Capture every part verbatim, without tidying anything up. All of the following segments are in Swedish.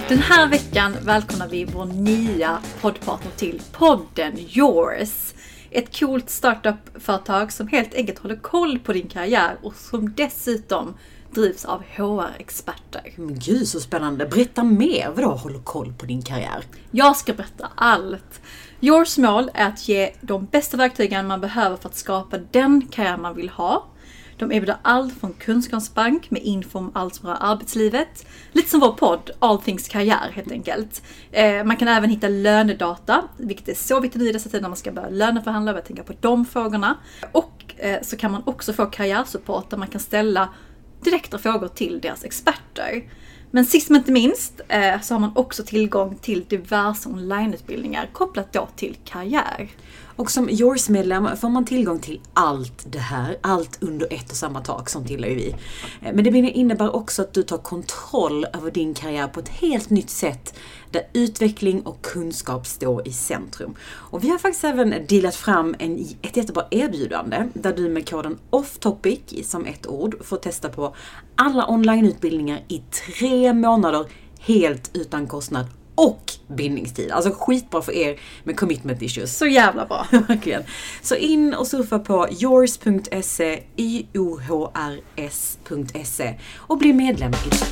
Den här veckan välkomnar vi vår nya poddpartner till podden Yours. Ett coolt startup-företag som helt enkelt håller koll på din karriär och som dessutom drivs av H R-experter. Men gud, så spännande. Berätta mer. Vadå håller koll på din karriär? Jag ska berätta allt. Yours mål är att ge de bästa verktygen man behöver för att skapa den karriär man vill ha. De erbjuder allt från kunskapsbank med info om allt som rör arbetslivet. Lite som vår podd, All Things Karriär helt enkelt. Eh, man kan även hitta lönedata, vilket är så viktigt i dessa tider när man ska börja löneförhandla. Jag tänker på de frågorna. Och eh, så kan man också få karriärsupport där man kan ställa direkta frågor till deras experter. Men sist men inte minst eh, så har man också tillgång till diverse onlineutbildningar kopplat då till karriär. Och som Yours-medlem får man tillgång till allt det här, allt under ett och samma tak, som tillhör ju vi. Men det innebär också att du tar kontroll över din karriär på ett helt nytt sätt där utveckling och kunskap står i centrum. Och vi har faktiskt även delat fram en, ett jättebra erbjudande där du med koden OFFTOPIC som ett ord får testa på alla onlineutbildningar i tre månader helt utan kostnad och bindningstid. Alltså skitbra för er med commitment issues. Så jävla bra. Verkligen. Så in och surfa på yours punkt se, y o h r s punkt se och bli medlem i det.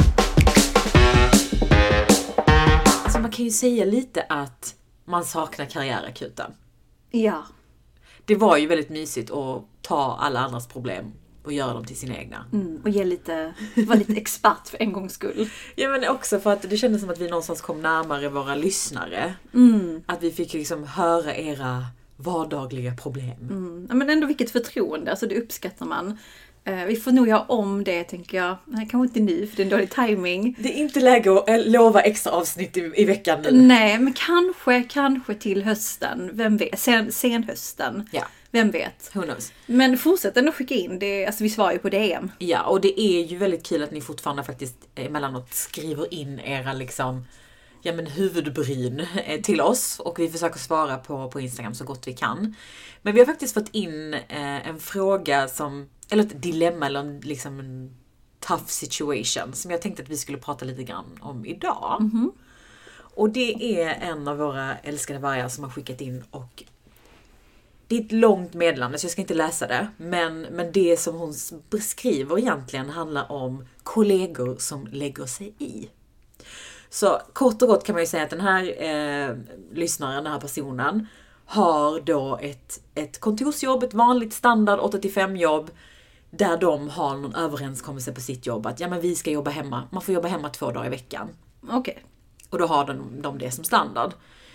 Alltså man kan ju säga lite att man saknar karriärakuten. Ja. Det var ju väldigt mysigt att ta alla andras problem och göra dem till sina egna. Mm, och ge lite, vara lite expert för en gångs skull. Ja, men också för att det kändes som att vi någonstans kom närmare våra lyssnare. Mm. Att vi fick liksom höra era vardagliga problem. Mm. Ja, men ändå vilket förtroende, alltså det uppskattar man. Eh, vi får nog göra om det, tänker jag. Nej, kanske inte nu, för det är en dålig timing. Det är inte läge att lova extra avsnitt i, i veckan nu. Nej, men kanske, kanske till hösten. Vem vet? Sen, sen hösten. Ja. Vem vet? Who knows? Men fortsätt ändå skicka in det. Alltså vi svarar ju på D M. Ja, och det är ju väldigt kul att ni fortfarande faktiskt emellanåt skriver in era liksom, ja men huvudbryn till oss. Och vi försöker svara på, på Instagram så gott vi kan. Men vi har faktiskt fått in eh, en fråga som, eller ett dilemma eller en, liksom en tough situation som jag tänkte att vi skulle prata lite grann om idag. Mm-hmm. Och det är en av våra älskade vargar som har skickat in, och det är ett långt meddelande så jag ska inte läsa det. Men, men det som hon beskriver egentligen handlar om kollegor som lägger sig i. Så kort och gott kan man ju säga att den här eh, lyssnaren, den här personen, har då ett, ett kontorsjobb, ett vanligt standard åtta till fem jobb. Där de har någon överenskommelse på sitt jobb att ja, men vi ska jobba hemma. Man får jobba hemma två dagar i veckan. Okej. Okay. Och då har de, de det som standard.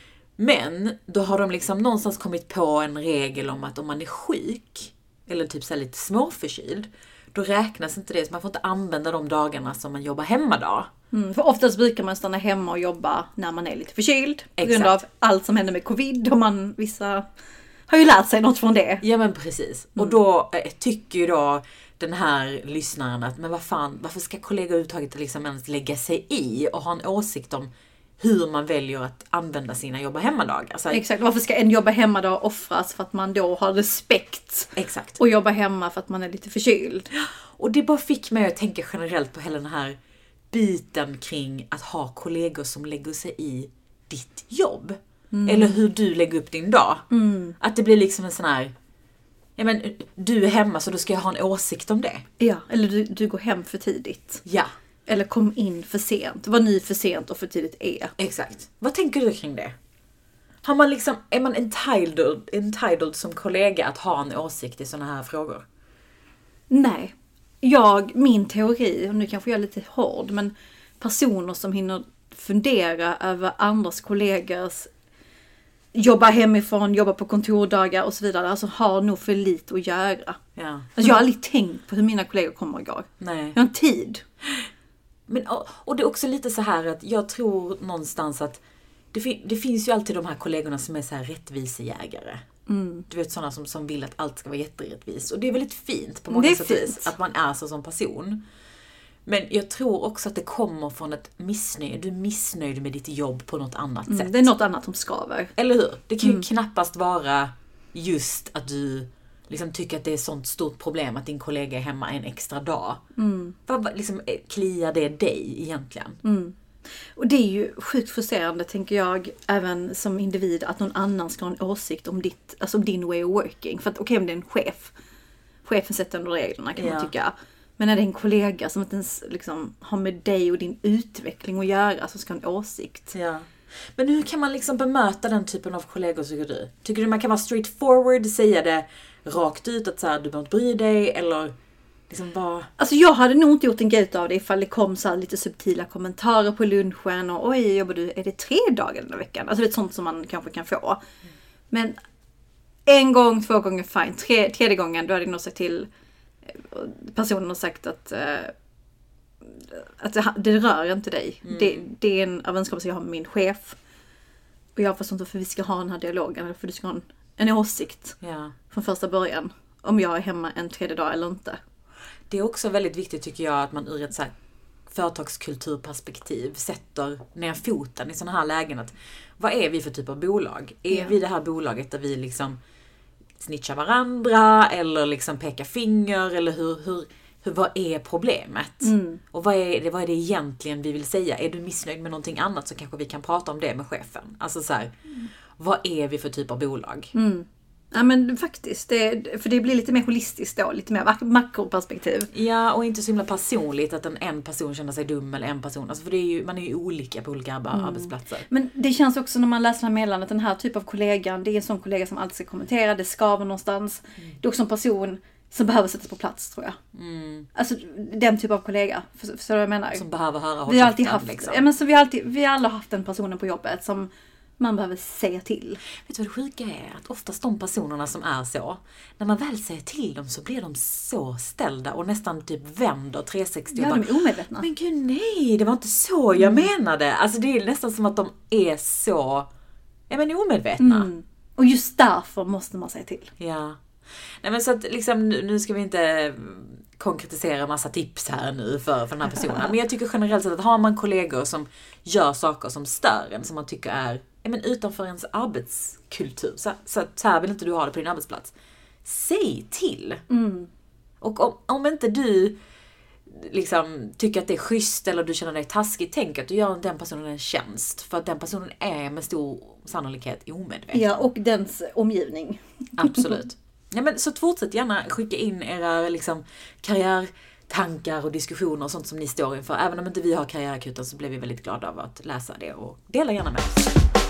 Men då har de liksom någonstans kommit på en regel om att om man är sjuk eller typ så här lite småförkyld, då räknas inte det. Så man får inte använda de dagarna som man jobbar hemma då. Mm, för oftast brukar man stanna hemma och jobba när man är lite förkyld. På grund Exakt. av allt som händer med covid. Och man, vissa har ju lärt sig något från det. Ja, men precis. Mm. Och då eh, tycker ju då den här lyssnaren att men vad fan, varför ska kollegor överhuvudtaget liksom ens lägga sig i och ha en åsikt om hur man väljer att använda sina jobba hemmadagar. Så exakt, varför ska en jobba hemmadag offras för att man då har respekt? Exakt. Och jobba hemma för att man är lite förkyld. Och det bara fick mig att tänka generellt på hela den här biten kring att ha kollegor som lägger sig i ditt jobb. Mm. Eller hur du lägger upp din dag. Mm. Att det blir liksom en sån här, ja men du är hemma så då ska jag ha en åsikt om det. Ja, eller du, du går hem för tidigt. Ja. Eller kom in för sent. Vad ni för sent och för tidigt är. Exakt. Vad tänker du kring det? Har man liksom, är man entitled, entitled som kollega att ha en åsikt i såna här frågor? Nej. Jag, min teori, och nu kanske jag är lite hård, men personer som hinner fundera över andras kollegors jobba hemifrån, jobba på kontordagar och så vidare, alltså har nog för lite att göra. Ja. Alltså jag har aldrig tänkt på hur mina kollegor kommer och går. Nej. Jag har en tid. Men, och, och det är också lite så här att jag tror någonstans att det, fin- det finns ju alltid de här kollegorna som är så här rättvisejägare. Mm. Du vet, sådana som, som vill att allt ska vara jätterättvis. Och det är väldigt fint på många det är sätt fint. att man är så som person. Men jag tror också att det kommer från ett missnöje. Du är missnöjd med ditt jobb på något annat Mm, sätt. det är något annat som skaver. Eller hur? Det kan ju Mm. knappast vara just att du liksom tycker att det är ett sånt stort problem att din kollega är hemma en extra dag. Mm. Vad vad- liksom, kliar det dig egentligen? Mm. Och det är ju sjukt frustrerande, tänker jag, även som individ, att någon annan ska ha en åsikt om, ditt, alltså om din way of working. För att okej, okay, om det är en chef, chefen sätter ändå reglerna, kan ja. man tycka. Men när det är en kollega som inte ens liksom har med dig och din utveckling att göra, så ska ha en åsikt. Ja. Men hur kan man liksom bemöta den typen av kollegor, tycker du? Tycker du man kan vara straightforward, säga det rakt ut, att så här, du behöver inte bry dig, eller liksom bara... Alltså jag hade nog inte gjort en grej av det ifall det kom så här lite subtila kommentarer på lunchen och oj, jobbar du, är det tre dagar den här veckan? Alltså det är sånt som man kanske kan få. Mm. Men en gång, två gånger, fine. Tre, tredje gången, då hade jag nog sagt till personen och sagt att att det, det rör inte dig. Mm. Det, det är en överenskommelse jag har med min chef. Och jag förstår inte varför vi ska ha den här dialogen. Eller för du ska ha en, en åsikt ja. från första början. Om jag är hemma en tredje dag eller inte. Det är också väldigt viktigt, tycker jag, att man ur ett så här företagskulturperspektiv sätter ner foten i sådana här lägen. Att, vad är vi för typ av bolag? Är ja. vi det här bolaget där vi liksom snitchar varandra eller liksom pekar finger, eller hur, hur, hur vad är problemet? Mm. Och vad är, det, vad är det egentligen vi vill säga? Är du missnöjd med någonting annat, så kanske vi kan prata om det med chefen. Alltså så här, mm. vad är vi för typ av bolag? Mm. Ja, men faktiskt, det, för det blir lite mer holistiskt då, lite mer makroperspektiv. Ja, och inte så himla personligt att en, en person känner sig dum eller en person. Alltså för det är ju, man är ju olika på olika mm. arbetsplatser. Men det känns också när man läser den här meddelandet, den här typ av kollegan, det är en sån kollega som alltid ska kommentera, det skaver någonstans. Mm. Det är också en person som behöver sättas på plats, tror jag. Mm. Alltså den typ av kollega, för, för så jag menar. Som behöver höra vi har alltid haft, liksom. Ja, men så vi har alltid, vi har alla haft den personen på jobbet som man behöver säga till. Vet du vad det sjuka är? Att oftast de personerna som är så, när man väl säger till dem så blir de så ställda och nästan typ vänder trehundrasextio. Ja, och bara, de är omedvetna. Men gud, nej, det var inte så jag mm. menade. Alltså det är nästan som att de är så, ja men omedvetna. Mm. Och just därför måste man säga till. Ja. Nej men så att liksom, nu ska vi inte konkretisera massa tips här nu för, för den här personen. Men jag tycker generellt sett att har man kollegor som gör saker som stör en, som man tycker är men utanför ens arbetskultur. Så, så, så här vill inte du ha det på din arbetsplats. Säg till. Mm. Och om, om inte du liksom tycker att det är schysst eller du känner dig taskigt, tänk att du gör den personen en tjänst. För att den personen är med stor sannolikhet omedveten. Ja, och dens omgivning. Absolut. Ja, men så fortsätt gärna skicka in era liksom, karriärtankar och diskussioner och sånt som ni står inför. Även om inte vi har karriärakuten så blir vi väldigt glada av att läsa det och dela gärna med oss.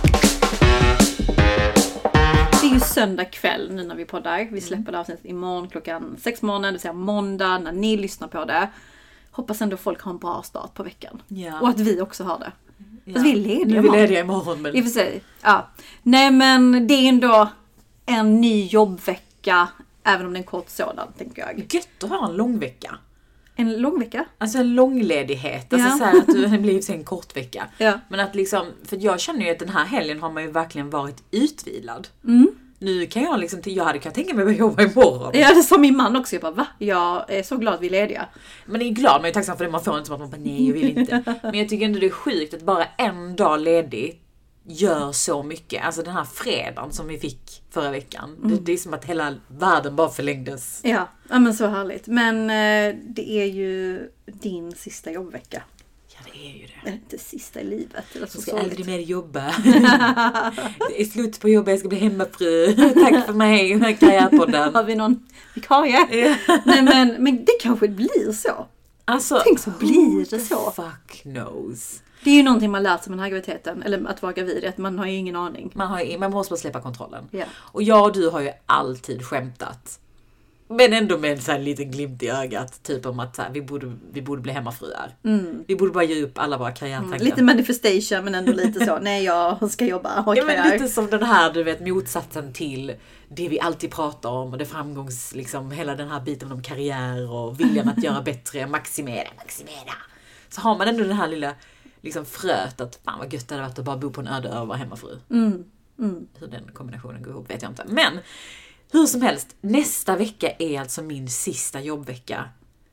Det är ju söndag kväll nu när vi poddar. Vi släpper det avsnittet imorgon klockan sex på morgonen, det vill säga måndag när ni lyssnar på det. Hoppas ändå folk har en bra start på veckan. Ja. Och att vi också har det. Ja. Att vi är lediga imorgon. Vi är lediga imorgon. Men... I och för sig. Ja. Nej men det är ändå en ny jobbvecka. Även om det är en kort sådan, tänker jag. Gött att ha en lång vecka. En lång vecka? Alltså en långledighet. Alltså ja. Så här att du har blivit en kort vecka. Ja. Men att liksom, för jag känner ju att den här helgen har man ju verkligen varit utvilad. Mm. Nu kan jag liksom, jag hade kunnat tänka mig att jobba imorgon. Ja, det sa min man också. Jag bara, va? Jag är så glad att vi är lediga. Man är glad, man är tacksam för det. Man får inte som att man bara, nej jag vill inte. Men jag tycker ändå det är sjukt att bara en dag ledig gör så mycket. Alltså den här fredagen som vi fick förra veckan. Mm. Det, det är som att hela världen bara förlängdes. Ja, ja men så härligt. Men eh, det är ju din sista jobbvecka. Ja, det är ju det. Det är inte sista i livet. Det är så jag ska aldrig mer jobba. Det är slut på jobbet, jag ska bli hemmafru. Tack för mig, karriärpodden. Har vi någon vikarie? Ja. Nej, men, men det kanske blir så. Alltså, tänk så blir det så. Fuck knows. Det är ju någonting man lärt sig med den här graviditeten, eller att vara gravid, att man har ju ingen aning. Man, har, man måste bara släppa kontrollen. Yeah. Och jag och du har ju alltid skämtat. Men ändå med en sån här liten glimt i ögat. Typ om att så här, vi, borde, vi borde bli hemmafruar. Mm. Vi borde bara ge upp alla våra karriärtankar. Mm, lite manifestation men ändå lite så. Nej, jag ska jobba och ja, men lite som den här, du vet, motsatsen till det vi alltid pratar om. Och det framgångs, liksom, hela den här biten om karriär och viljan att göra bättre. Maximera, maximera. Så har man ändå den här lilla liksom fröt att fan vad gött det hade varit att bara bo på en öde ö och vara hemmafru. Mm. Mm. Hur den kombinationen går ihop vet jag inte. Men hur som helst, nästa vecka är alltså min sista jobbvecka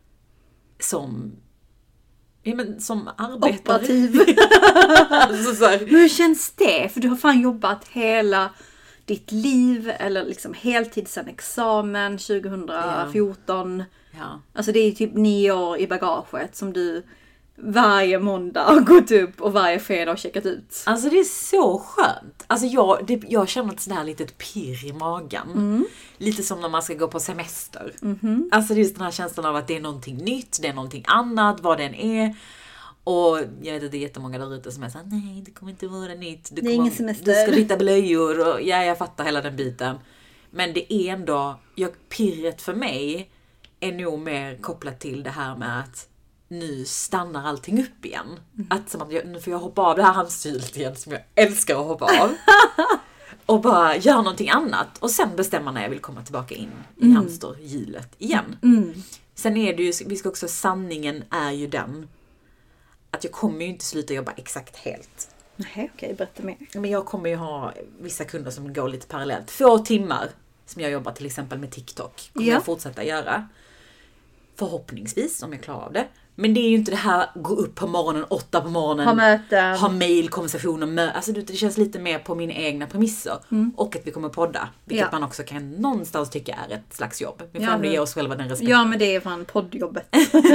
som ja, men som arbetare. Operativ. Alltså, så här. Men hur känns det? För du har fan jobbat hela ditt liv eller liksom heltid sedan examen tjugo fjorton. Ja. Ja. Alltså det är typ nio år i bagaget som du varje måndag har gått upp och varje fredag har checkat ut. Alltså det är så skönt. Alltså jag, det, jag känner ett sånt här litet pirr i magen. Mm. Lite som när man ska gå på semester. Mm-hmm. Alltså det är just den här känslan av att det är någonting nytt, det är någonting annat, vad det än är. Och jag vet att det är jättemånga där ute som är såhär, nej det kommer inte vara nytt. Du det är kommer, ingen semester. Du ska byta blöjor och ja, jag fattar hela den biten. Men det är ändå, jag, pirret för mig är nog mer kopplat till det här med att nu stannar allting upp igen. Mm. Att som att jag, nu får jag hoppa av det här hamsterhjulet igen som jag älskar att hoppa av. Och bara göra någonting annat. Och sen bestämma när jag vill komma tillbaka in i mm. hamsterhjulet igen. Mm. Sen är det ju, vi ska också, sanningen är ju den att jag kommer ju inte sluta jobba exakt helt. Nej, okej, okay, berätta mer. Men jag kommer ju ha vissa kunder som går lite parallellt. Två timmar som jag jobbar till exempel med TikTok kommer ja. jag fortsätta göra. Förhoppningsvis om jag klarar av det. Men det är ju inte det här gå upp på morgonen, åtta på morgonen. Ha möten. Ha mejl, konversationer. Mö- alltså det känns lite mer på mina egna premisser. Mm. Och att vi kommer podda. Vilket ja. man också kan någonstans tycka är ett slags jobb. Vi får ja, ändå ge oss själva den respekten. Ja, men det är fan poddjobbet.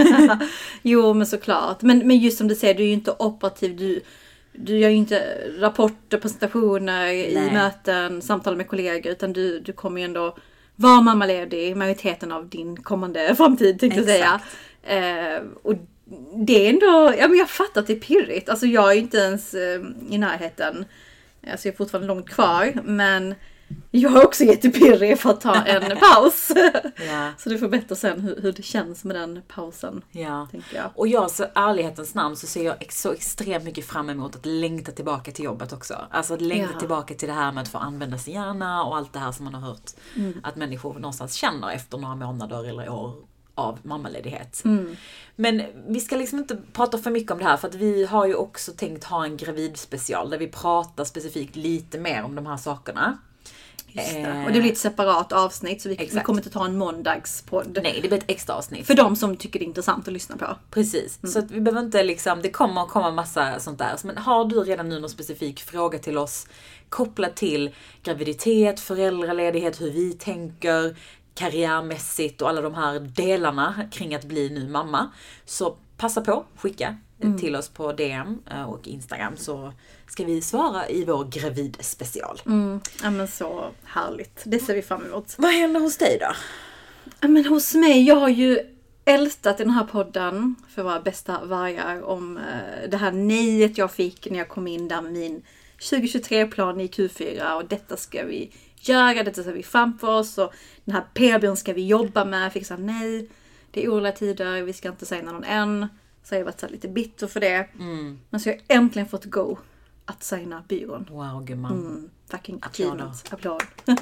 Jo, men såklart. Men, men just som du säger, du är ju inte operativ. Du, du gör ju inte rapporter, presentationer, Nej. i möten, samtal med kollegor. Utan du, du kommer ju ändå vara mammaledig majoriteten av din kommande framtid, tänkte jag säga. Eh, och det är ändå, ja men jag fattar att det är pirrigt. Alltså jag är ju inte ens eh, i närheten. Alltså jag är fortfarande långt kvar. Men jag är också jättepirrig för att ta en paus. Ja. Så du får berätta sen hur, hur det känns med den pausen. Ja. Tänker jag. Och jag, så ärlighetens namn, så ser jag så extremt mycket fram emot att längta tillbaka till jobbet också. Alltså att längta ja. tillbaka till det här med att få använda sin hjärna och allt det här som man har hört. Mm. Att människor någonstans känner efter några månader eller år av mammaledighet. Mm. Men vi ska liksom inte prata för mycket om det här, för att vi har ju också tänkt ha en gravidspecial där vi pratar specifikt lite mer om de här sakerna. Just det. Eh, och det blir ett separat avsnitt, så vi, vi kommer inte ta en måndagspodd. Nej, det blir ett extra avsnitt. För de som tycker det är intressant att lyssna på. Precis, mm. så att vi behöver inte liksom, det kommer att komma massa sånt där. Men har du redan nu någon specifik fråga till oss kopplat till graviditet, föräldraledighet, hur vi tänker, karriärmässigt och alla de här delarna kring att bli ny mamma, så passa på, skicka mm. till oss på D M och Instagram, så ska vi svara i vår gravidspecial. Mm. Ja, men så härligt. Det ser vi fram emot. Vad händer hos dig då? Ja, men hos mig, jag har ju älstat i den här podden för våra bästa vargar om eh, det här nejet jag fick när jag kom in där med min tjugohundratjugotre-plan i Q fyra, och detta ska vi göra, detta ser vi framför oss, och den här P B ska vi jobba med. Jag fick säga nej, det är oroliga tider, vi ska inte säga någon än. Så jag har varit så lite bitter för det. Mm. Men så har jag äntligen fått go att signa byrån. Wow, gumman. Mm, fucking achievement. Applåd. eh,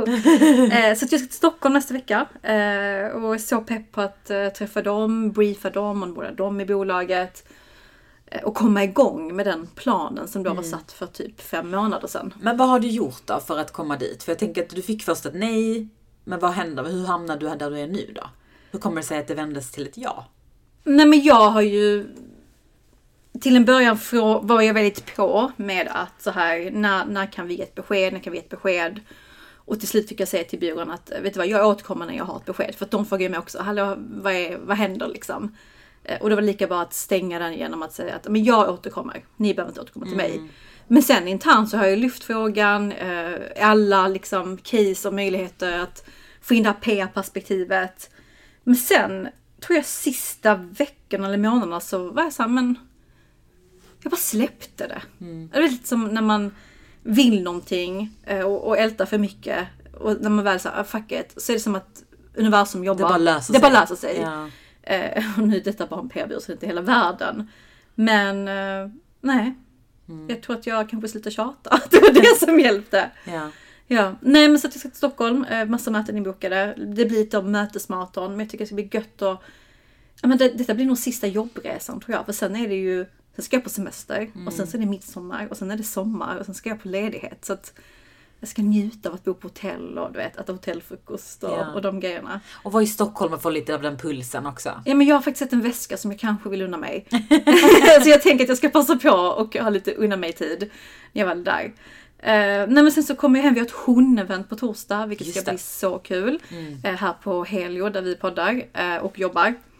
så att jag ska till Stockholm nästa vecka. Eh, och är så pepp på att eh, träffa dem, briefa dem, och båda dem i bolaget. Eh, och komma igång med den planen som du mm. var satt för typ fem månader sedan. Men vad har du gjort då för att komma dit? För jag tänker att du fick först ett nej. Men vad händer? Hur hamnar du där du är nu då? Hur kommer det sig att det vändes till ett ja? Nej, men jag har ju till en början var jag väldigt på med att så här, när, när kan vi ge ett besked, när kan vi ge ett besked? Och till slut fick jag säga till byrån att, vet du vad, jag återkommer när jag har ett besked. För att de frågar mig också, hallå, vad, är, vad händer liksom? Och det var lika bra att stänga den genom att säga att men jag återkommer, ni behöver inte återkomma till mm. mig. Men sen internt så har jag lyft frågan, alla liksom case och möjligheter att få in det här P R-perspektivet. Men sen tror jag sista veckan eller månaderna så var jag så här, men jag bara släppte det. Mm. Det är lite som när man vill någonting och, och ältar för mycket, och när man väl säger fuck it, så är det som att universum jobbar. Det bara löser det sig. Bara löser sig. Ja. Eh, och nu är detta bara en P R-byrå, så det är inte hela världen. Men eh, nej, mm. jag tror att jag kanske slutar tjata. Det var det som hjälpte. Ja. Ja, nej, men så att jag ska till Stockholm, massa möten inbokade. Det blir lite om mötesmaraton, men jag tycker det ska bli gött och ja, men det, detta blir nog sista jobbresan tror jag, för sen är det ju, sen ska jag på semester mm. och sen så är det midsommar och sen är det sommar och sen ska jag på ledighet, så att jag ska njuta av att bo på hotell och du vet, äta hotellfrukost och, ja. och de grejerna. Och vara i Stockholm och få lite av den pulsen också. Ja, men jag har faktiskt sett en väska som jag kanske vill unna mig. Så jag tänker att jag ska passa på och ha lite unna mig tid när jag var där. Uh, nej, men sen så kommer jag hem, vi har ett hon-event på torsdag, vilket ska bli så kul. Mm. Uh, här på Helio där vi poddar uh, och jobbar.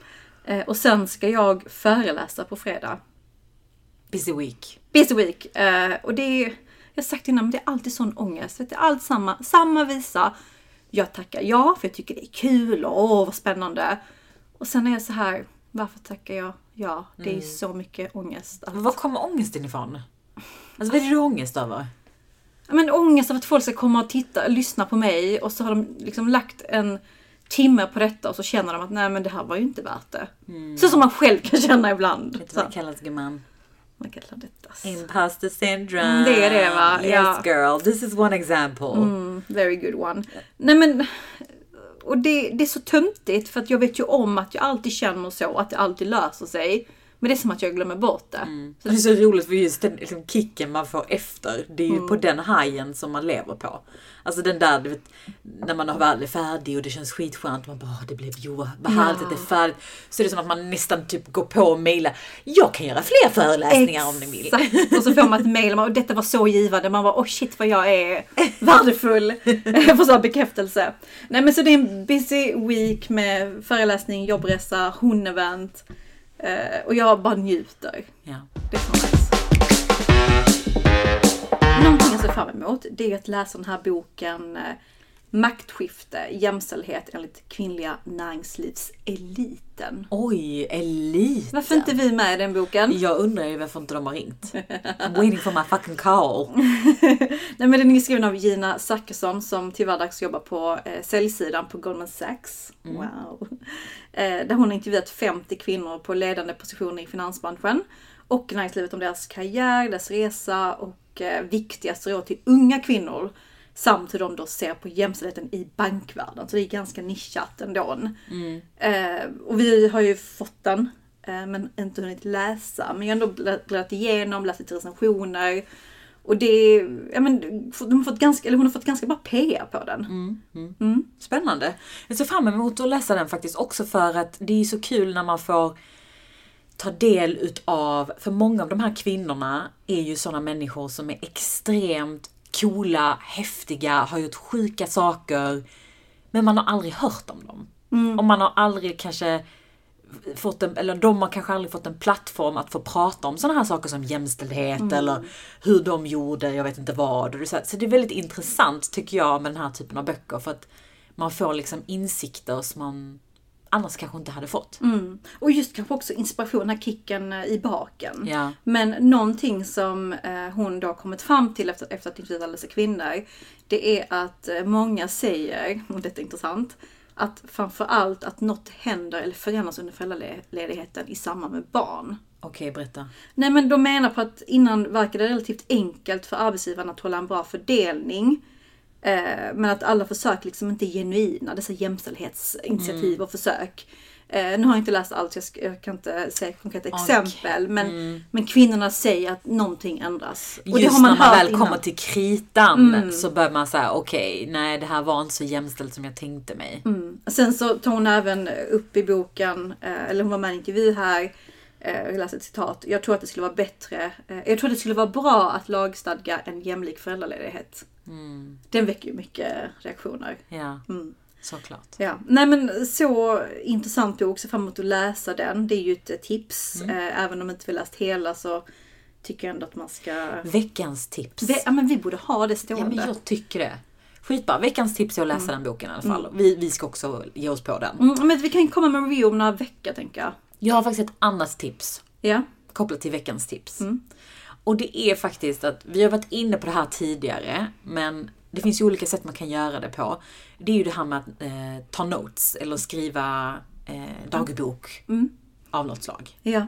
Eh, och sen ska jag föreläsa på fredag. Busy week. Busy week. Eh, och det är, jag har sagt innan, men det är alltid sån ångest. Vet du, allt samma, samma visa. Jag tackar ja, för jag tycker det är kul och åh, vad spännande. Och sen är jag så här, varför tackar jag ja? Det är mm. så mycket ångest. Att... Var kommer ångesten ifrån? Alltså vad är det du ångest över? Men ångest av att folk ska komma och titta, lyssna på mig. Och så har de liksom lagt en timme på detta och så känner de att nej, men det här var ju inte värt det. Mm. Så som man själv kan känna ibland. Vet du vad det kallas, gumman? Man kallar detta. Imposter syndrome. Mm, det är det, va? Yes, ja. Girl. This is one example. Mm, very good one. Nej, men... Och det, det är så töntigt för att jag vet ju om att jag alltid känner så, att det alltid löser sig. Men det är som att jag glömmer bort det. Mm. Så det är så roligt för just den liksom, kicken man får efter. Det är ju mm. på den hajen som man lever på. Alltså den där, du vet, när man har varit färdig och det känns skitskönt. Man bara, det blev ju vad härligt att det är färdigt. Så är det som att man nästan typ går på och mejlar. Jag kan göra fler föreläsningar Exakt. om ni vill. Och så får man ett mejl och detta var så givande. Man bara, åh oh shit vad jag är värdefull. Jag får så bekräftelse. Nej men så det är en busy week med föreläsning, jobbresa, hundevent. Uh, och jag bara njuter. Ja. Det är så nice. Någonting jag ser fram emot, det är att läsa den här boken uh, Maktskifte, jämställdhet enligt kvinnliga näringslivseliten. Oj, eliten. Varför inte vi med i den boken? Jag undrar ju varför inte de har ringt. I'm waiting for my fucking call. Nej, men den är skriven av Gina Zachrisson som till vardags jobbar på eh, säljsidan på Goldman Sachs. Mm. Wow. Eh, där hon har intervjuat femtio kvinnor på ledande positioner i finansbranschen och näringslivet om deras karriär, deras resa och eh, viktigaste råd till unga kvinnor. Samt hur de då ser på jämställdheten i bankvärlden. Så det är ganska nischat ändå. Mm. Eh, och vi har ju fått den. Eh, men inte hunnit läsa. Men jag har ändå bläddrat igenom, läst lite recensioner. Och det, ja men, de har fått ganska, eller hon har fått ganska bra P R på den. Mm, mm. Mm. Spännande. Jag ser fram emot att läsa den faktiskt. Också för att det är så kul när man får ta del utav. För många av de här kvinnorna är ju sådana människor som är extremt coola, häftiga, har gjort sjuka saker, men man har aldrig hört om dem. Mm. Och man har aldrig kanske fått en, eller de har kanske aldrig fått en plattform att få prata om sådana här saker som jämställdhet mm. eller hur de gjorde, jag vet inte vad. Så det är väldigt intressant tycker jag med den här typen av böcker för att man får liksom insikter som man annars kanske inte hade fått. Mm. Och just kanske också inspiration, den här kicken i baken. Ja. Men någonting som eh, hon då kommit fram till efter, efter att intervjuat alla dessa kvinnor, det är att eh, många säger, och det är intressant, att framförallt att något händer eller förändras under föräldraledigheten i samband med barn. Okej, berätta. Nej, men de menar på att innan verkade det relativt enkelt för arbetsgivaren att hålla en bra fördelning. Eh, men att alla försök liksom inte är genuina, dessa jämställdhetsinitiativ mm. och försök. Eh, nu har jag inte läst allt, jag, ska, jag kan inte säga konkreta okay. exempel. Men, mm. men kvinnorna säger att någonting ändras. Och just det har man när man väl innan. kommer till kritan mm. så bör man säga okej, okay, nej det här var inte så jämställt som jag tänkte mig. Mm. Sen så tar hon även upp i boken, eh, eller hon var med i en intervju här, jag läste ett citat. Jag tror att det skulle vara bättre. Jag tror att det skulle vara bra att lagstadga en jämlik föräldraledighet. Mm. Den väcker ju mycket reaktioner. Ja, mm. såklart. Ja. Nej men så intressant bok. Så fram emot att läsa den. Det är ju ett tips. Mm. Även om inte vi läst hela så tycker jag ändå att man ska... Veckans tips. Ve- ja men vi borde ha det stående. Ja men jag tycker det. Skitbra. Veckans tips är att läsa mm. den boken i alla fall. Mm. Vi, vi ska också ge oss på den. Mm, men vi kan komma med review om några veckor tänker jag. Jag har faktiskt ett annat tips. Ja. Kopplat till veckans tips. Mm. Och det är faktiskt att vi har varit inne på det här tidigare. Men det finns ju olika sätt man kan göra det på. Det är ju det här med att eh, ta notes. Eller skriva eh, dagbok mm. av något slag. Ja.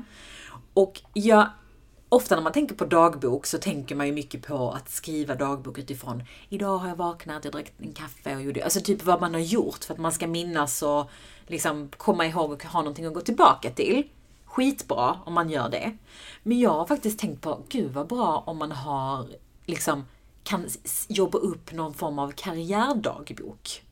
Och jag... Ofta när man tänker på dagbok så tänker man ju mycket på att skriva dagbok utifrån idag har jag vaknat, jag drack en kaffe och gjorde, alltså typ vad man har gjort för att man ska minnas och liksom komma ihåg och ha någonting att gå tillbaka till. Skitbra om man gör det. Men jag har faktiskt tänkt på, gud vad bra om man har liksom kan jobba upp någon form av karriärdagbok.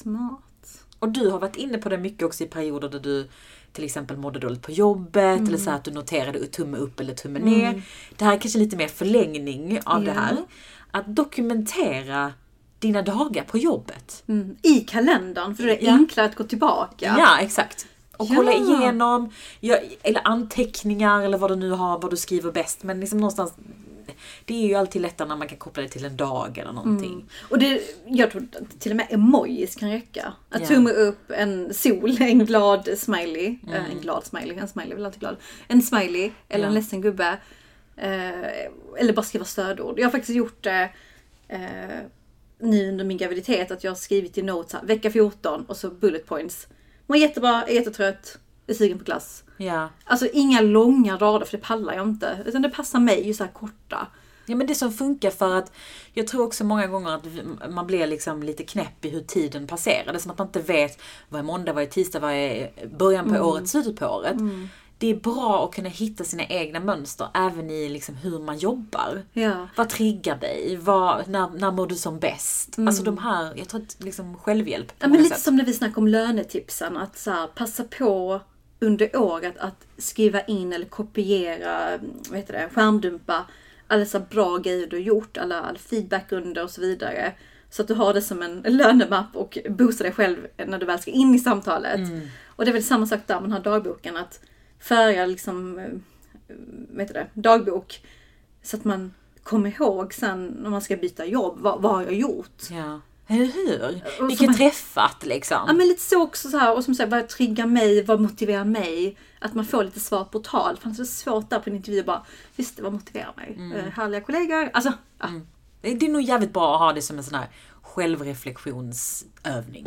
Smart. Och du har varit inne på det mycket också i perioder där du till exempel mådde dåligt på jobbet mm. eller så att du noterade tumme upp eller tumme ner. Mm. Det här är kanske lite mer förlängning av ja. det här. Att dokumentera dina dagar på jobbet. Mm. I kalendern, för det är ja. enklare att gå tillbaka. Ja, exakt. Och ja. kolla igenom, ja, eller anteckningar eller vad du nu har, vad du skriver bäst. Men liksom någonstans, det är ju alltid lättare när man kan koppla det till en dag eller någonting. Mm. Och det, jag tror att till och med emojis kan räcka. Att yeah. tumma upp en sol, en glad smiley. Mm. Äh, en glad smiley, en smiley är väl alltid glad. En smiley, eller yeah. en ledsen gubbe. Eh, eller bara skriva stödord. Jag har faktiskt gjort det eh, nu under min graviditet. Att jag har skrivit i notes här, vecka fjorton och så bullet points. Man är jättebra, är jättetrött, är sugen på glass. Ja. Alltså inga långa rader, för det pallar jag inte. Utan det passar mig ju så här korta. Ja, men det som funkar, för att jag tror också många gånger att man blir liksom lite knäpp i hur tiden passerar. Det är som att man inte vet vad är måndag, vad är tisdag, vad är början på mm. året, slutet på året. Mm. Det är bra att kunna hitta sina egna mönster även i liksom hur man jobbar. Ja. Vad triggar dig? Vad, när, när mår du som bäst? Mm. Alltså de här, jag tror att liksom självhjälp. Ja, men lite sätt. Som när vi snackar om lönetipsen. Att så här, passa på under året att skriva in eller kopiera, vad heter det, skärmdumpa alla så bra grejer du har gjort, alla, alla feedbackrunder och så vidare. Så att du har det som en lönemapp och boostar dig själv när du väl ska in i samtalet. Mm. Och det är väl samma sak där man har dagboken, att föra liksom, vet du det, dagbok så att man kommer ihåg sen när man ska byta jobb, vad, vad har jag gjort? Ja. Hur? hur? Vilket träffat liksom. Ja, men lite så också så här, och som säger, vad triggar mig, vad motiverar mig? Att man får lite svar på tal. För det är så svårt där på en intervju bara, visst vad motiverar mig? Mm. Uh, härliga kollegor, alltså. Ja. Mm. Det är nog jävligt bra att ha det som en sån här självreflektionsövning.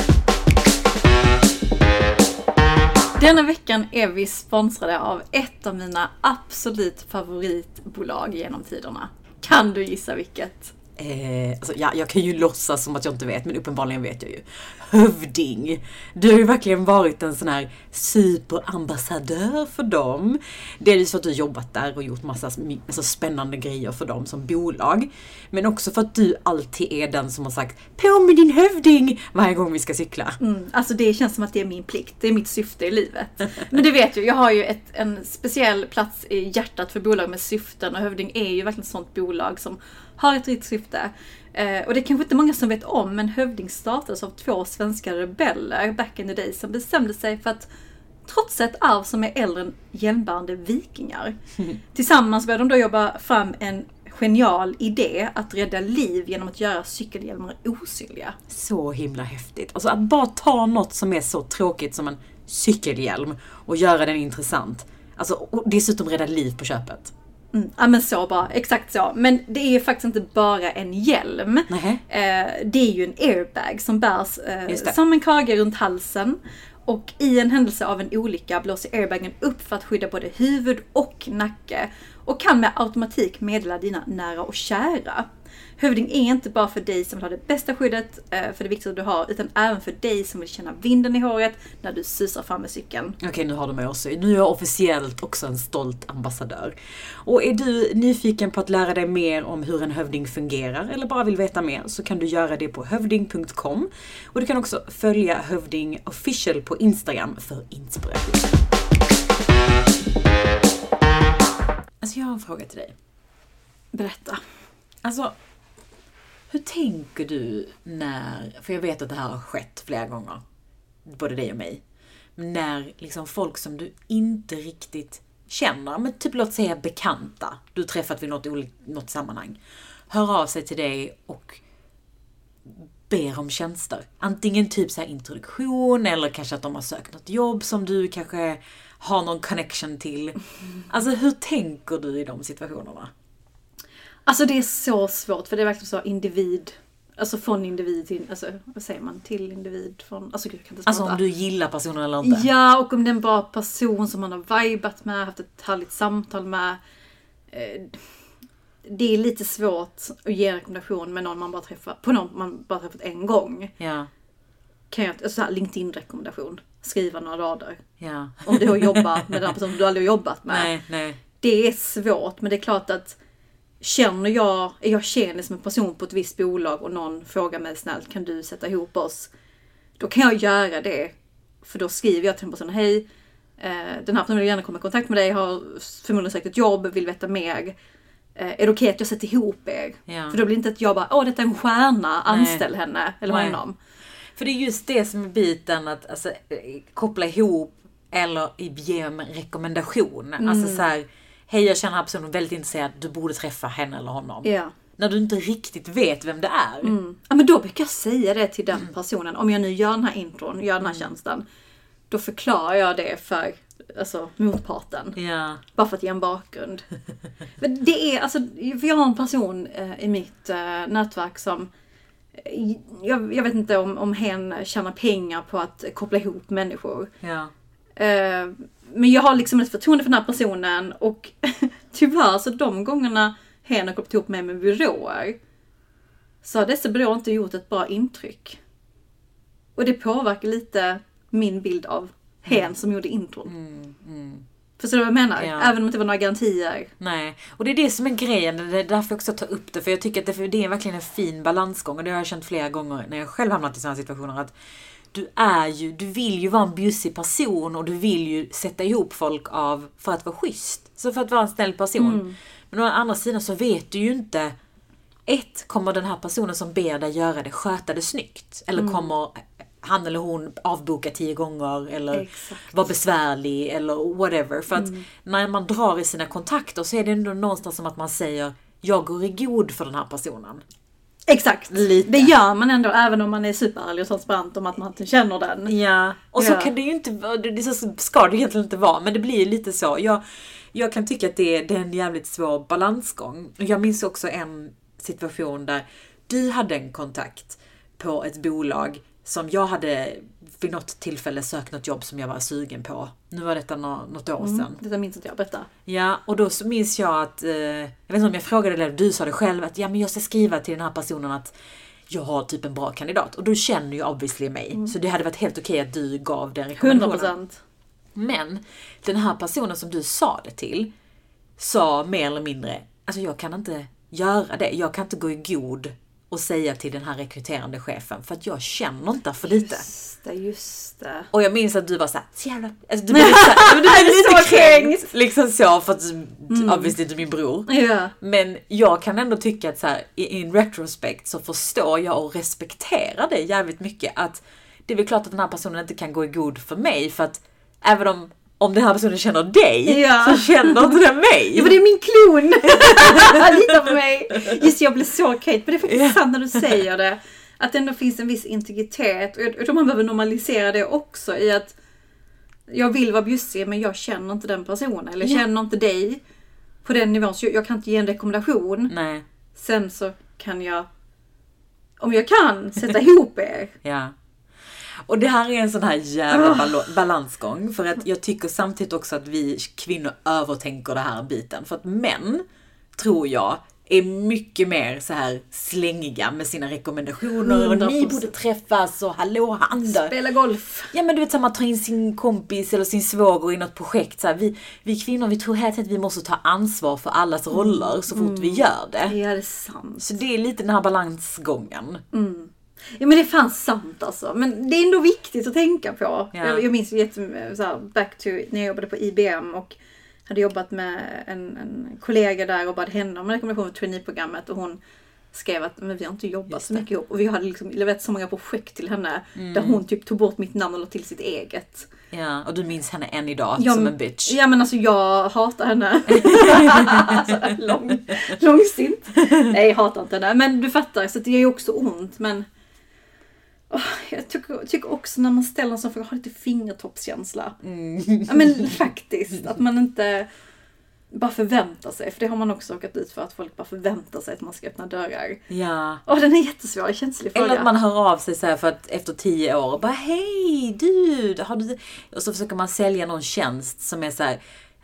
Denna veckan är vi sponsrade av ett av mina absolut favoritbolag genom tiderna. Kan du gissa vilket? Eh, alltså, ja, jag kan ju låtsas som att jag inte vet, men uppenbarligen vet jag ju. Hövding. Du har ju verkligen varit en sån här superambassadör för dem. Dels för att du har jobbat där och gjort massa alltså, spännande grejer för dem som bolag. Men också för att du alltid är den som har sagt på med din hövding varje gång vi ska cykla. Mm, alltså det känns som att det är min plikt. Det är mitt syfte i livet. Men du vet ju, jag har ju ett, en speciell plats i hjärtat för bolag med syften. Och Hövding är ju verkligen ett sånt bolag som har ett riktigt syfte. Eh, och det är kanske inte många som vet om, men Hövding startades av två svenska rebeller back in the day som bestämde sig för att trotsa ett arv som är äldre än jämnbärande vikingar. Mm. Tillsammans började de då jobba fram en genial idé att rädda liv genom att göra cykelhjälmar osynliga. Så himla häftigt. Alltså att bara ta något som är så tråkigt som en cykelhjälm och göra den intressant. Alltså, och dessutom rädda liv på köpet. Mm, ja men så bra, exakt så. Men det är ju faktiskt inte bara en hjälm. Uh-huh. Eh, det är ju en airbag som bärs eh, som en krage runt halsen. Och i en händelse av en olycka blåser airbagen upp för att skydda både huvud och nacke. Och kan med automatik meddela dina nära och kära. Hövding är inte bara för dig som vill ha det bästa skyddet för det viktiga du har, utan även för dig som vill känna vinden i håret när du susar fram med cykeln. Okej, okay, nu har du med oss. Nu är jag officiellt också en stolt ambassadör. Och är du nyfiken på att lära dig mer om hur en hövding fungerar eller bara vill veta mer, så kan du göra det på hövding punkt com. Och du kan också följa Hövding Official på Instagram för inspiration. Alltså jag har en fråga till dig. Berätta. Alltså, hur tänker du när, för jag vet att det här har skett flera gånger, både dig och mig, när liksom folk som du inte riktigt känner, men typ låt säga bekanta, du träffat vid något, något sammanhang, hör av sig till dig och ber om tjänster. Antingen typ så här introduktion eller kanske att de har sökt något jobb som du kanske har någon connection till. Alltså hur tänker du i de situationerna? Alltså det är så svårt, för det är verkligen så individ, alltså från individ till, alltså vad säger man, till individ från, alltså gud, jag kan inte Alltså om du gillar personen eller inte. Ja, och om det är en bra person som man har vibat med, haft ett härligt samtal med. Det är lite svårt att ge en rekommendation med någon man bara träffar, på någon man bara träffat en gång. Ja. Kan jag, alltså så här LinkedIn-rekommendation, skriva några rader. Ja. Om du har jobbat med den personen du aldrig har jobbat med. Nej, nej. Det är svårt, men det är klart att känner jag, är jag känner som en person på ett visst bolag och någon frågar mig snällt, kan du sätta ihop oss? Då kan jag göra det. För då skriver jag till en person, hej, eh, den här personen vill gärna komma i kontakt med dig, har förmodligen sagt ett jobb, vill veta mer. Eh, är det okej att jag sätter ihop er? Ja. För då blir det inte att jag bara, åh detta är en stjärna, anställ henne eller Nej. honom. För det är just det som är biten att alltså, koppla ihop eller ge en rekommendation. Mm. Alltså så här, hej jag känner personen väldigt intresserad, du borde träffa henne eller honom. Ja. När du inte riktigt vet vem det är. Mm. Ja, men då brukar jag säga det till den personen. Om jag nu gör den här intron, gör den här tjänsten. Då förklarar jag det för alltså, motparten. Ja. Bara för att ge en bakgrund. Men det är, alltså, för jag har en person eh, i mitt eh, nätverk som eh, jag, jag vet inte om, om hen tjänar pengar på att koppla ihop människor. Ja. Eh, men jag har liksom ett förtroende för den här personen och tyvärr så de gångerna hen har kopplat ihop mig med byråer så har dessa byråer inte gjort ett bra intryck. Och det påverkar lite min bild av hen mm. som gjorde intron. Mm, mm. Förstår du vad jag menar? Ja. Även om det inte var några garantier. Nej, och det är det som är grejen. Det är därför jag också tar upp det. För jag tycker att det, det är verkligen en fin balansgång. Och det har jag känt flera gånger när jag själv hamnat i sådana situationer. Att du är ju, du vill ju vara en bjussig person. Och du vill ju sätta ihop folk av för att vara schysst. Så för att vara en snäll person. Mm. Men å andra sidan så vet du ju inte. Ett, kommer den här personen som ber dig göra det sköta det snyggt? Eller mm. kommer han eller hon avboka tio gånger eller Exakt. Vara besvärlig eller whatever. För att mm. när man drar i sina kontakter så är det ändå någonstans som att man säger jag går i god för den här personen. Exakt, Lite. Det gör man ändå även om man är superärlig och transparent om att man inte känner den. Ja, och så ja. Kan det ju inte vara, det så ska det egentligen inte vara, men det blir lite så. Jag, jag kan tycka att det är, det är en jävligt svår balansgång. Jag minns också en situation där du hade en kontakt på ett bolag som jag hade vid något tillfälle sökt något jobb som jag var sugen på. Nu var detta något år sedan. Mm, detta minns inte jag, berätta. Ja, och då så minns jag att, eh, jag vet inte om jag frågade eller du sa det själv, att ja, men jag ska skriva till den här personen att jag har typ en bra kandidat. Och då känner ju obviously mig. Mm. Så det hade varit helt okej att du gav den rekommendationen. hundra procent. Men den här personen som du sa det till sa mer eller mindre, alltså jag kan inte göra det. Jag kan inte gå i god och säga till den här rekryterande chefen för att jag känner inte för lite. Just det, just det. Och jag minns att du var så här, jävla, alltså du blev lite, så här, du blev lite kränkt. Liksom så, för att mm. obviously du är min bror. Ja. Men jag kan ändå tycka att så här, in retrospect så förstår jag och respekterar det jävligt mycket. Att det är väl klart att den här personen inte kan gå i god för mig. För att även om Om den här personen känner dig, ja. Så känner inte den mig. Ja, men det är min klon. Lita på mig. Just jag blir så kränkt. Men det är faktiskt ja. sant när du säger det. Att det ändå finns en viss integritet. Och jag, jag tror man behöver normalisera det också. I att jag vill vara bjussig, men jag känner inte den personen. Eller ja. känner inte dig på den nivån. Så jag, jag kan inte ge en rekommendation. Nej. Sen så kan jag, om jag kan, sätta ihop er. Ja. Och det här är en sån här jävla bal- balansgång. För att jag tycker samtidigt också att vi kvinnor övertänker det här biten. För att män, tror jag, är mycket mer så här slängiga med sina rekommendationer. Och ni borde träffas och hallå handen. Spela golf. Ja, men du vet, så man tar in sin kompis eller sin svåger i något projekt. Så här, vi, vi kvinnor, vi tror helt att vi måste ta ansvar för allas roller så fort mm. vi gör det. Ja, det är sant. Så det är lite den här balansgången. Mm. Ja, men det fanns sant alltså. Men det är ändå viktigt att tänka på. Ja. Jag, jag minns jätte, så här, back to när jag jobbade på I B M och hade jobbat med en, en kollega där och bad henne om en rekommendation för trainee-programmet och hon skrev att men vi har inte jobbat så mycket ihop och vi hade liksom levererat så många projekt till henne mm. där hon typ tog bort mitt namn och till sitt eget. Ja, och du minns henne än idag ja, som en bitch. Ja, men alltså jag hatar henne. alltså, lång, långsint. Nej, jag hatar inte henne. Men du fattar, så det är ju också ont, men oh, jag tycker, tycker också när man ställer en sån fråga, har lite fingertoppskänsla. Mm. Ja, men faktiskt, att man inte bara förväntar sig. För det har man också åkat ut för, att folk bara förväntar sig att man ska öppna dörrar. Ja. Och den är jättesvår, känslig fråga. Eller att man hör av sig så här för att efter tio år och bara, hej du, har du... Och så försöker man sälja någon tjänst som är så här,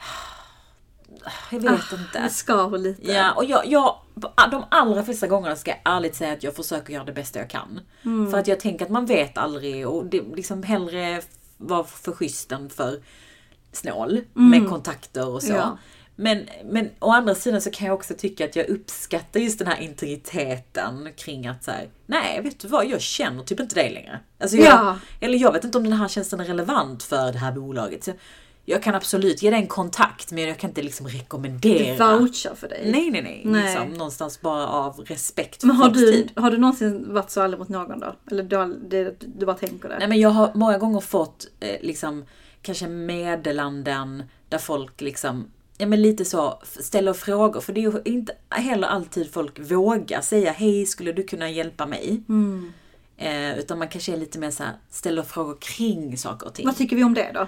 jag vet ah, inte. Det skar lite. Ja, och jag, jag, de allra flesta gångerna ska jag ärligt säga att jag försöker göra det bästa jag kan. Mm. För att jag tänker att man vet aldrig och det liksom hellre vara för schysst än för snål mm. med kontakter och så. Ja. Men, men å andra sidan så kan jag också tycka att jag uppskattar just den här integriteten kring att så här, nej, vet du vad, jag känner typ inte dig längre. Alltså jag, ja. Eller jag vet inte om den här tjänsten är relevant för det här bolaget. Så jag kan absolut ge dig en kontakt, men jag kan inte liksom rekommendera. Det vouchar för dig. Nej, nej, nej. nej. Liksom, någonstans bara av respekt för men har folks du, tid. har du någonsin varit så ärlig mot någon då? Eller du, det, du bara tänker det? Nej, men jag har många gånger fått eh, liksom, kanske meddelanden där folk liksom, ja men lite så, ställer frågor. För det är ju inte heller alltid folk vågar säga, hej, skulle du kunna hjälpa mig? Mm. Eh, utan man kanske är lite mer så här, ställer frågor kring saker och ting. Vad tycker vi om det då?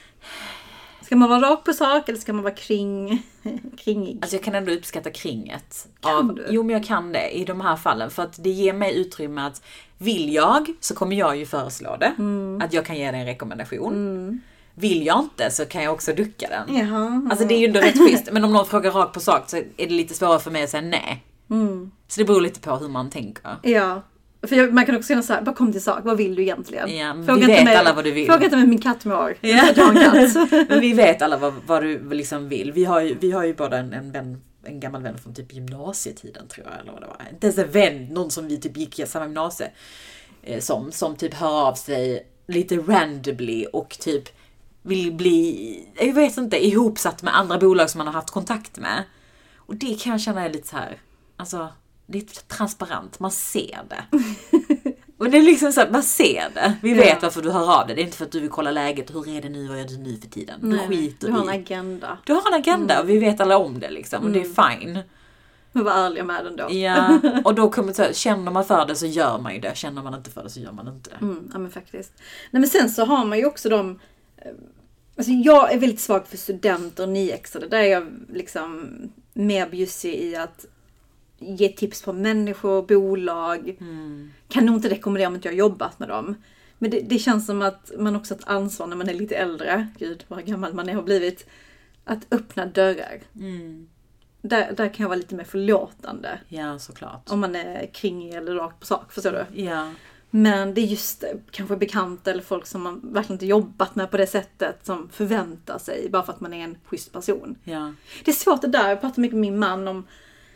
Ska man vara rak på sak eller ska man vara kring, kringig? Alltså jag kan ändå uppskatta kringet. Kan av, du? Jo, men jag kan det i de här fallen. För att det ger mig utrymme att vill jag så kommer jag ju föreslå det. Mm. Att jag kan ge dig en rekommendation. Mm. Vill jag inte så kan jag också ducka den. Jaha. Alltså det är ju ändå rätt schysst. Men om någon frågar rakt på sak så är det lite svårare för mig att säga nej. Mm. Så det beror lite på hur man tänker. Ja. För jag, man kan också säga så här, bara kom till sak, vad vill du egentligen? Ja, men fråga vi inte vet med, alla vad du vill. Fråga inte med min katt mår. Ja. Jag har en katt. Men vi vet alla vad, vad du liksom vill. Vi har ju, vi har ju bara en, en, vän, en gammal vän från typ gymnasietiden tror jag. Eller vad det var. Inte ens en vän, någon som vi typ gick i samma gymnasie. Eh, som, som typ hör av sig lite randomly och typ vill bli, jag vet inte, ihopsatt med andra bolag som man har haft kontakt med. Och det kan jag känna är lite så här, alltså det är transparent, man ser det. Och det är liksom så att man ser det. Vi vet ja. varför du hör av det. Det är inte för att du vill kolla läget. Hur är det nu? Vad gör du nu för tiden? Du Nej, skiter du har en i. agenda. Du har en agenda och vi vet alla om det liksom. Och Mm. det är fine. Men var ärliga med den då. Ja, och då kommer det så här, känner man för det så gör man ju det. Känner man inte för det så gör man inte det. Mm, ja men faktiskt. Nej men sen så har man ju också de... Alltså jag är väldigt svag för studenter och nyexade. Där är jag liksom mer bjussig i att ge tips på människor, bolag. Mm. Kan nog inte rekommendera om inte jag har jobbat med dem. Men det, det känns som att man också har ett ansvar när man är lite äldre. Gud vad gammal man är har blivit. Att öppna dörrar. Mm. Där, där kan jag vara lite mer förlåtande. Ja, såklart. Om man är kring eller rakt på sak, förstår du? Ja. Men det är just kanske bekanta eller folk som man verkligen inte jobbat med på det sättet som förväntar sig bara för att man är en schysst person. Ja. Det är svårt det där. Jag pratar mycket med min man om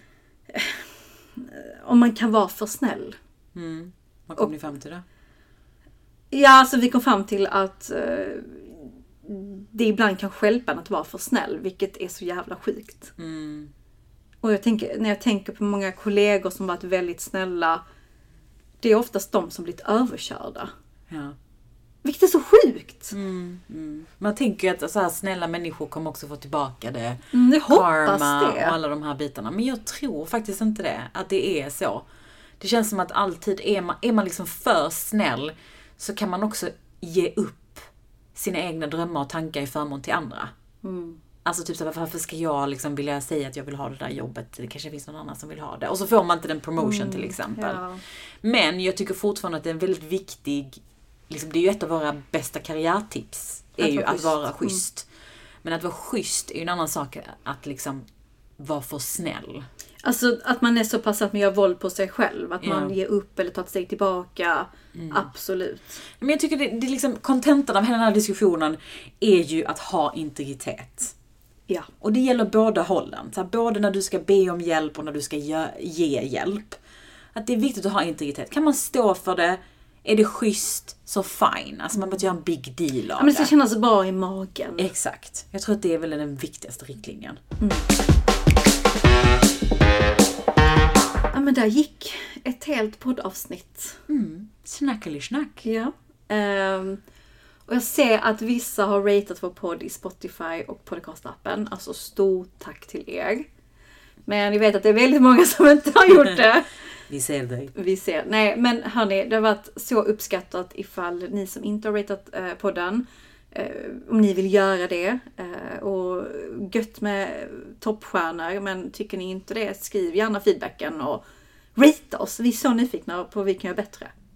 om man kan vara för snäll. Mm. Vad kom ni fram till det? Ja, alltså vi kom fram till att uh, det ibland kan stjälpa att vara för snäll, vilket är så jävla sjukt. Mm. Och jag tänker, när jag tänker på många kollegor som varit väldigt snälla, det är oftast de som blivit överkörda. Ja. Vilket är så sjukt. Mm. Mm. Man tänker ju att så här, snälla människor kommer också få tillbaka det. Mm, jag hoppas karma det. Och alla de här bitarna. Men jag tror faktiskt inte det. Att det är så. Det känns som att alltid är man, är man liksom för snäll så kan man också ge upp sina egna drömmar och tankar i förmån till andra. Mm. Alltså typ så här, varför ska jag liksom vilja säga att jag vill ha det där jobbet? Det kanske finns någon annan som vill ha det. Och så får man inte den promotion Mm, till exempel. ja. Men jag tycker fortfarande att det är en väldigt viktig, liksom, det är ju ett av våra bästa karriärtips. Är Att ju vara att schysst. vara schysst. Mm. Men att vara schysst är ju en annan sak, att liksom vara för snäll. Alltså att man är så pass att man gör våld på sig själv. Att Ja. man ger upp eller tar ett steg tillbaka. Mm. Absolut. Men jag tycker det, det är liksom, kontentan av hela den här diskussionen är ju att ha integritet. Ja. Och det gäller båda hållen. Så här, både när du ska be om hjälp och när du ska ge, ge hjälp. Att det är viktigt att ha integritet. Kan man stå för det? Är det schysst? Så fine. Alltså man behöver göra en big deal av Ja, men det ska det. kännas bra i magen. Exakt. Jag tror att det är väl den viktigaste riktlinjen. Mm. Ja, men där gick ett helt poddavsnitt. Mm. Snackeli-snack. Ja. Ehm, och jag ser att vissa har ratat vår podd i Spotify och podcastappen. Alltså stort tack till er. Men ni vet att det är väldigt många som inte har gjort det. Vi ser dig. Vi ser. Nej, men hörni, det har varit så uppskattat ifall ni som inte har ratat eh, podden, eh, om ni vill göra det. Eh, och gött med toppstjärnor, men tycker ni inte det, skriv gärna feedbacken och rate oss. Vi är så nyfikna på vad vi kan göra bättre.